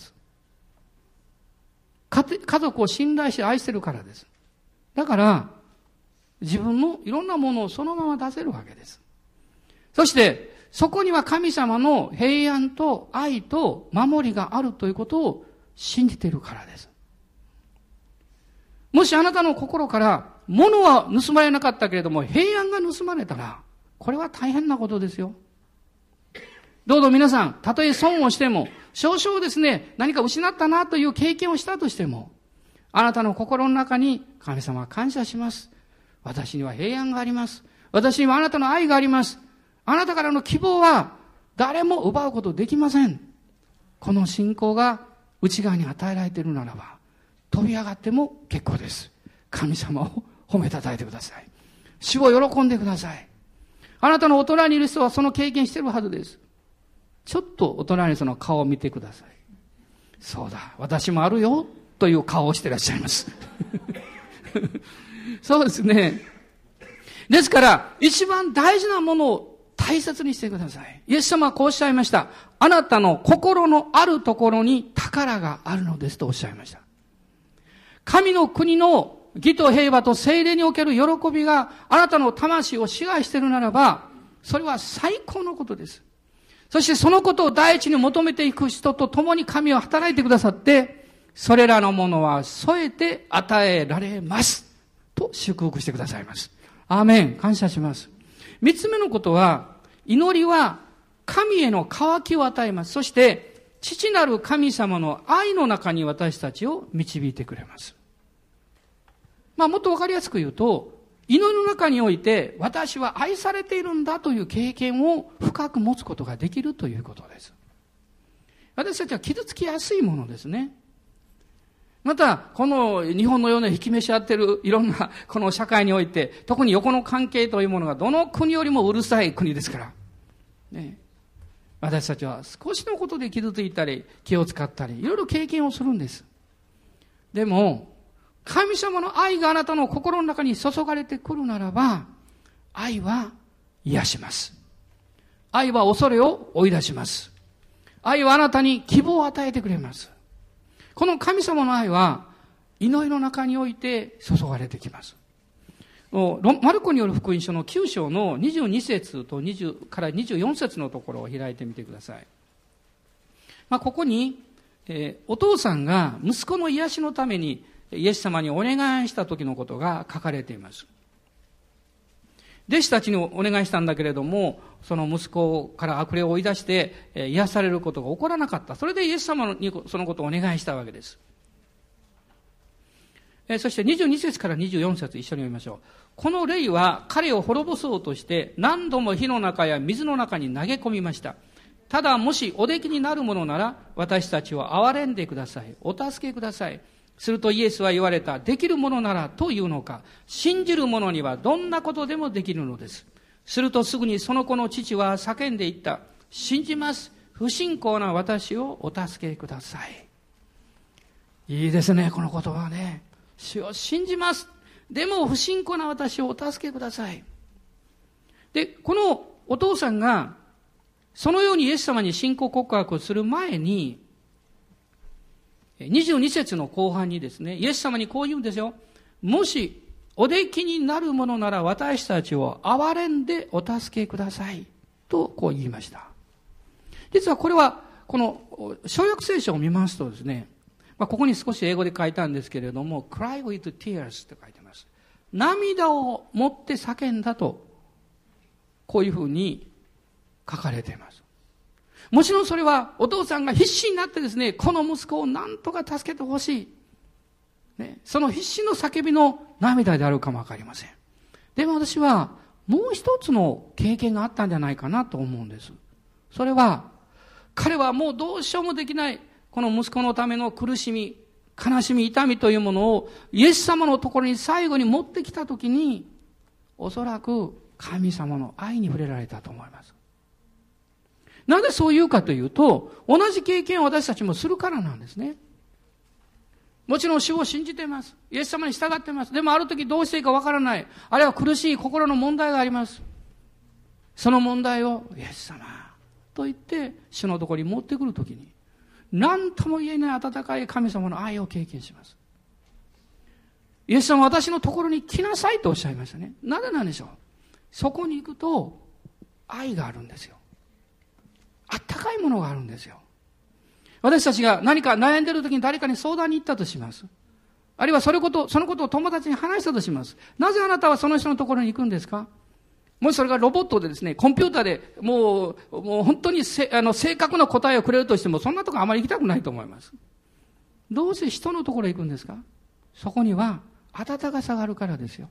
家族を信頼して愛してるからです。だから、自分のいろんなものをそのまま出せるわけです。そして、そこには神様の平安と愛と守りがあるということを信じているからです。もしあなたの心から物は盗まれなかったけれども平安が盗まれたら、これは大変なことですよ。どうぞ皆さん、たとえ損をしても、少々ですね、何か失ったなという経験をしたとしても、あなたの心の中に神様は感謝します。私には平安があります。私にはあなたの愛があります。あなたからの希望は誰も奪うことできません。この信仰が内側に与えられているならば、飛び上がっても結構です。神様を褒めたたえてください。主を喜んでください。あなたのお隣にいる人はその経験しているはずです。ちょっとお隣の人の顔を見てください。そうだ、私もあるよという顔をしていらっしゃいます。そうですね。ですから、一番大事なものを大切にしてください。イエス様はこうおっしゃいました。あなたの心のあるところに宝があるのですとおっしゃいました。神の国の義と平和と聖霊における喜びがあなたの魂を支配しているならば、それは最高のことです。そしてそのことを第一に求めていく人と共に神は働いてくださって、それらのものは添えて与えられます。と祝福してくださいます。アーメン。感謝します。三つ目のことは、祈りは神への渇きを与えます。そして、父なる神様の愛の中に私たちを導いてくれます。もっとわかりやすく言うと、祈りの中において私は愛されているんだという経験を深く持つことができるということです。私たちは傷つきやすいものですね。また、この日本のような引き召し合っているいろんなこの社会において、特に横の関係というものがどの国よりもうるさい国ですから。ね、私たちは少しのことで傷ついたり、気を使ったり、いろいろ経験をするんです。でも、神様の愛があなたの心の中に注がれてくるならば、愛は癒します。愛は恐れを追い出します。愛はあなたに希望を与えてくれます。この神様の愛は祈りの中において注がれてきます。マルコによる福音書の9章の22節と20から24節のところを開いてみてください。ここに、お父さんが息子の癒しのためにイエス様にお願いした時のことが書かれています。弟子たちにお願いしたんだけれども、その息子から悪霊を追い出して癒されることが起こらなかった。それでイエス様にそのことをお願いしたわけです。 そして22節から24節一緒に読みましょう。この霊は彼を滅ぼそうとして何度も火の中や水の中に投げ込みました。ただもしおできになるものなら私たちを憐れんでください。お助けください。するとイエスは言われた。できるものならというのか。信じる者にはどんなことでもできるのです。するとすぐにその子の父は叫んでいった。信じます。不信仰な私をお助けください。いいですね、この言葉はね。主を信じます。でも不信仰な私をお助けください。で、このお父さんがそのようにイエス様に信仰告白をする前に、22節の後半にですね、イエス様にこう言うんですよ。もしおできになるものなら私たちを憐れんでお助けください。とこう言いました。実はこれは、この小約聖書を見ますとですね、ここに少し英語で書いたんですけれども、cry with tears と書いてます。涙を持って叫んだと、こういうふうに書かれています。もちろんそれはお父さんが必死になってですね、この息子を何とか助けてほしい。ね、その必死の叫びの涙であるかもわかりません。でも私はもう一つの経験があったんじゃないかなと思うんです。それは、彼はもうどうしようもできない、この息子のための苦しみ、悲しみ、痛みというものをイエス様のところに最後に持ってきたときに、おそらく神様の愛に触れられたと思います。なぜそう言うかというと、同じ経験を私たちもするからなんですね。もちろん主を信じています。イエス様に従っています。でもある時どうしていいかわからない。あるいは苦しい心の問題があります。その問題をイエス様と言って主のところに持ってくるときに、何とも言えない温かい神様の愛を経験します。イエス様は私のところに来なさいとおっしゃいましたね。なぜなんでしょう。そこに行くと愛があるんですよ。あったかいものがあるんですよ。私たちが何か悩んでいるときに誰かに相談に行ったとします。あるいはそのことを友達に話したとします。なぜあなたはその人のところに行くんですか？もしそれがロボットでですね、コンピューターでもう本当に正確な答えをくれるとしても、そんなところあまり行きたくないと思います。どうして人のところへ行くんですか？そこには温かさがあるからですよ。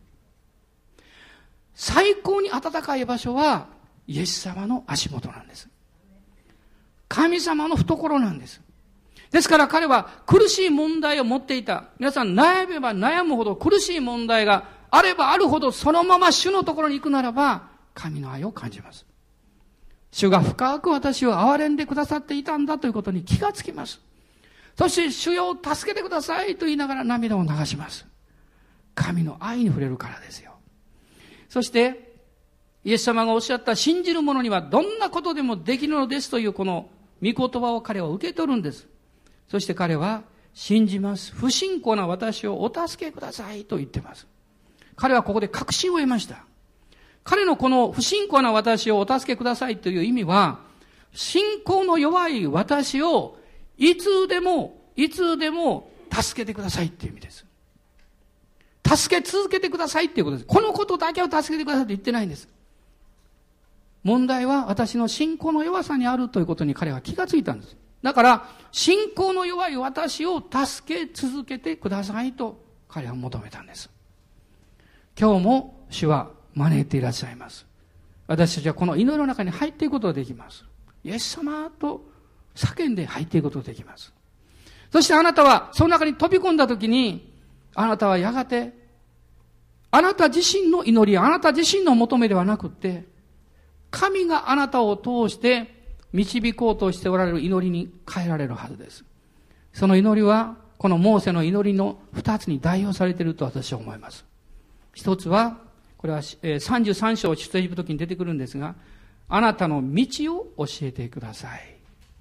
最高に温かい場所はイエス様の足元なんです。神様の懐なんです。ですから彼は苦しい問題を持っていた。皆さん悩めば悩むほど苦しい問題があればあるほどそのまま主のところに行くならば神の愛を感じます。主が深く私を憐れんでくださっていたんだということに気がつきます。そして主よ助けてくださいと言いながら涙を流します。神の愛に触れるからですよ。そしてイエス様がおっしゃった信じる者にはどんなことでもできるのですというこの御言葉を彼は受け取るんです。そして彼は信じます。不信仰な私をお助けくださいと言っています。彼はここで確信を得ました。彼のこの不信仰な私をお助けくださいという意味は、信仰の弱い私をいつでも助けてくださいっていう意味です。助け続けてくださいっていうことです。このことだけを助けてくださいと言ってないんです。問題は私の信仰の弱さにあるということに彼は気がついたんです。だから信仰の弱い私を助け続けてくださいと彼は求めたんです。今日も主は招いていらっしゃいます。私たちはこの祈りの中に入っていくことができます。イエス様と叫んで入っていくことができます。そしてあなたはその中に飛び込んだときに、あなたはやがてあなた自身の祈り、あなた自身の求めではなくって、神があなたを通して導こうとしておられる祈りに変えられるはずです。その祈りはこのモーセの祈りの二つに代表されていると私は思います。一つはこれは33章出エジプト記に出てくるんですが、あなたの道を教えてください。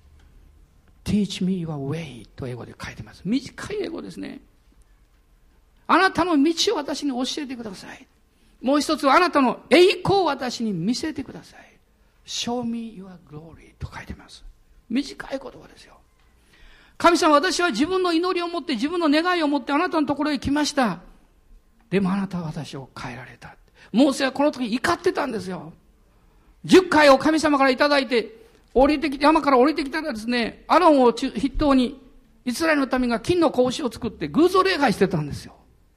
Teach me your way と英語で書いてます。短い英語ですね。あなたの道を私に教えてください。もう一つはあなたの栄光を私に見せてください。Show me your glory と書いてます。短い言葉ですよ。神様、私は自分の祈りを持って自分の願いを持ってあなたのところへ来ました。でもあなたは私を変えられた。モーセはこの時怒ってたんですよ。10回を神様からいただいて山から降りてきたらですね、アロンを筆頭にイスラエルの民が金の格子を作って偶像礼拝してたんですよ。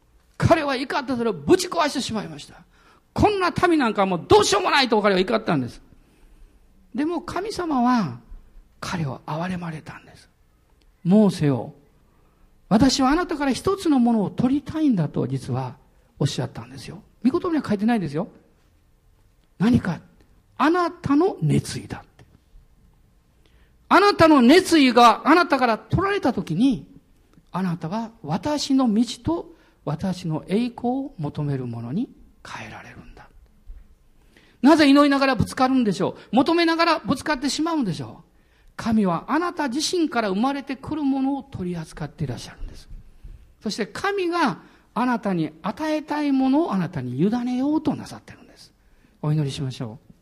彼は怒ってそれをぶち壊してしまいました。こんな民なんかもうどうしようもないと彼は怒ったんです。でも神様は彼を憐れまれたんです。モーセを、私はあなたから一つのものを取りたいんだと実はおっしゃったんですよ。御言葉には書いてないですよ。何か、あなたの熱意だって。あなたの熱意があなたから取られたときに、あなたは私の道と私の栄光を求めるものに変えられるんだ。なぜ祈りながらぶつかるんでしょう。求めながらぶつかってしまうんでしょう。神はあなた自身から生まれてくるものを取り扱っていらっしゃるんです。そして神があなたに与えたいものをあなたに委ねようとなさっているんです。お祈りしましょう。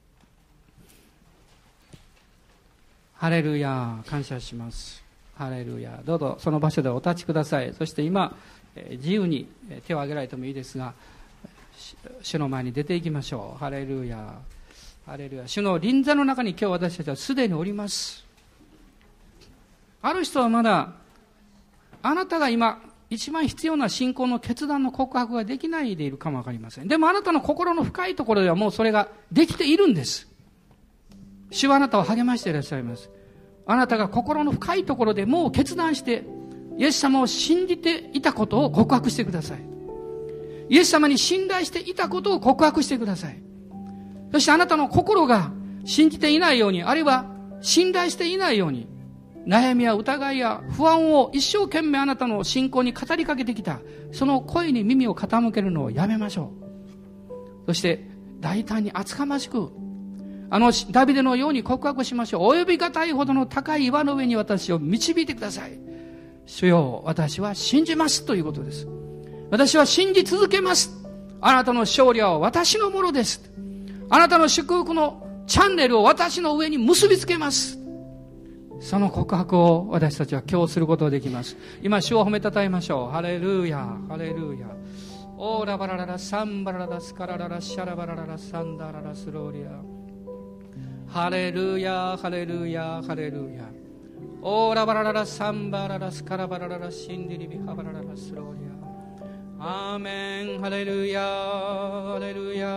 ハレルヤ、感謝します。ハレルヤ。どうぞその場所でお立ちください。そして今、自由に手を挙げられてもいいですが、主の前に出ていきましょう。ハレルヤ。ハレルヤ。主の臨座の中に今日私たちはすでにおります。ある人はまだ、あなたが今、一番必要な信仰の決断の告白ができないでいるかもわかりません。でもあなたの心の深いところではもうそれができているんです。主はあなたを励ましていらっしゃいます。あなたが心の深いところでもう決断して、イエス様を信じていたことを告白してください。イエス様に信頼していたことを告白してください。そしてあなたの心が信じていないように、あるいは信頼していないように、悩みや疑いや不安を一生懸命あなたの信仰に語りかけてきた、その声に耳を傾けるのをやめましょう。そして大胆に厚かましく、ダビデのように告白しましょう。及びがたいほどの高い岩の上に私を導いてください。主よ、私は信じますということです。私は信じ続けます。あなたの勝利は私のものです。あなたの祝福のチャンネルを私の上に結びつけます。その告白を私たちは今日することができます。今主を褒めたたえましょう。ハレルヤ、ハレルヤ。オーラバラララサンバラララスカラララシャラバラララサンダララスローリア。ハレルヤ、ハレルヤ、ハレルヤ。オーラバラララサンバララスカラバラララシンディリビハバラララスローリア。アーメン、ハレルヤ、ハレルヤ。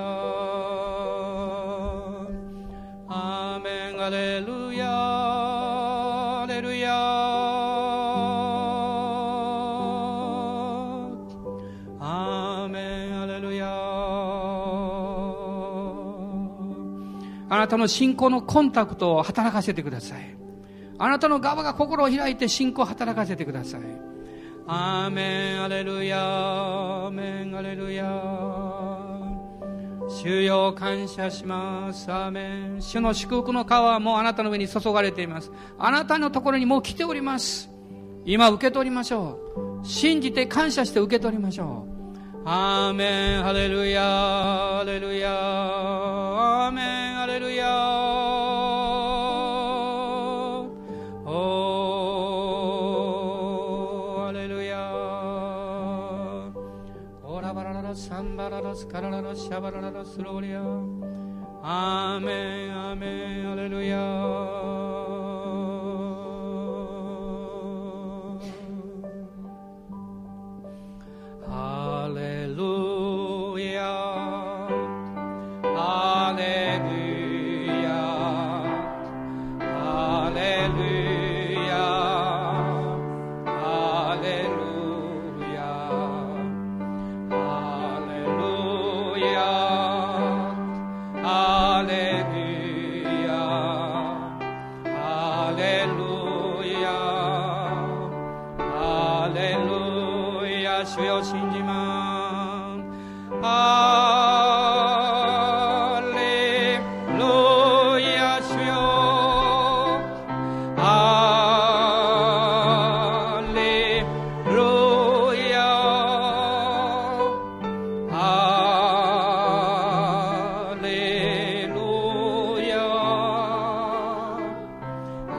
アーメン、ハレルヤ、ハレルヤ。アーメン、ハレルヤ。あなたの信仰のコンタクトを働かせてください。あなたの側が心を開いて信仰を働かせてください。アーメン、ハレルヤ、アーメン、ハレルヤ。主よ、感謝します。アーメン。主の祝福の川はもうあなたの上に注がれています。あなたのところにもう来ております。今受け取りましょう。信じて感謝して受け取りましょう。アーメン、ハレルヤ、ハレルヤ、アーメン、ハレルヤ。サンバララスカラララシャバラララスローリア。アーメン、アーメン、ハレルヤ。ハレルヤ、ハレルヤ、ハレルヤ、ハレルヤ。主よ、信じます。ハレルヤ、主よ。ハレルヤ。ハレルヤ。ハ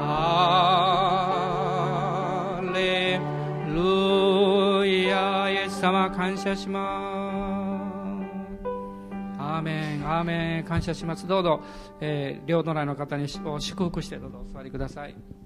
レルヤ。様感謝します。アーメン、アーメン、感謝します。どうぞ、両隣の方に祝福してどうぞお座りください。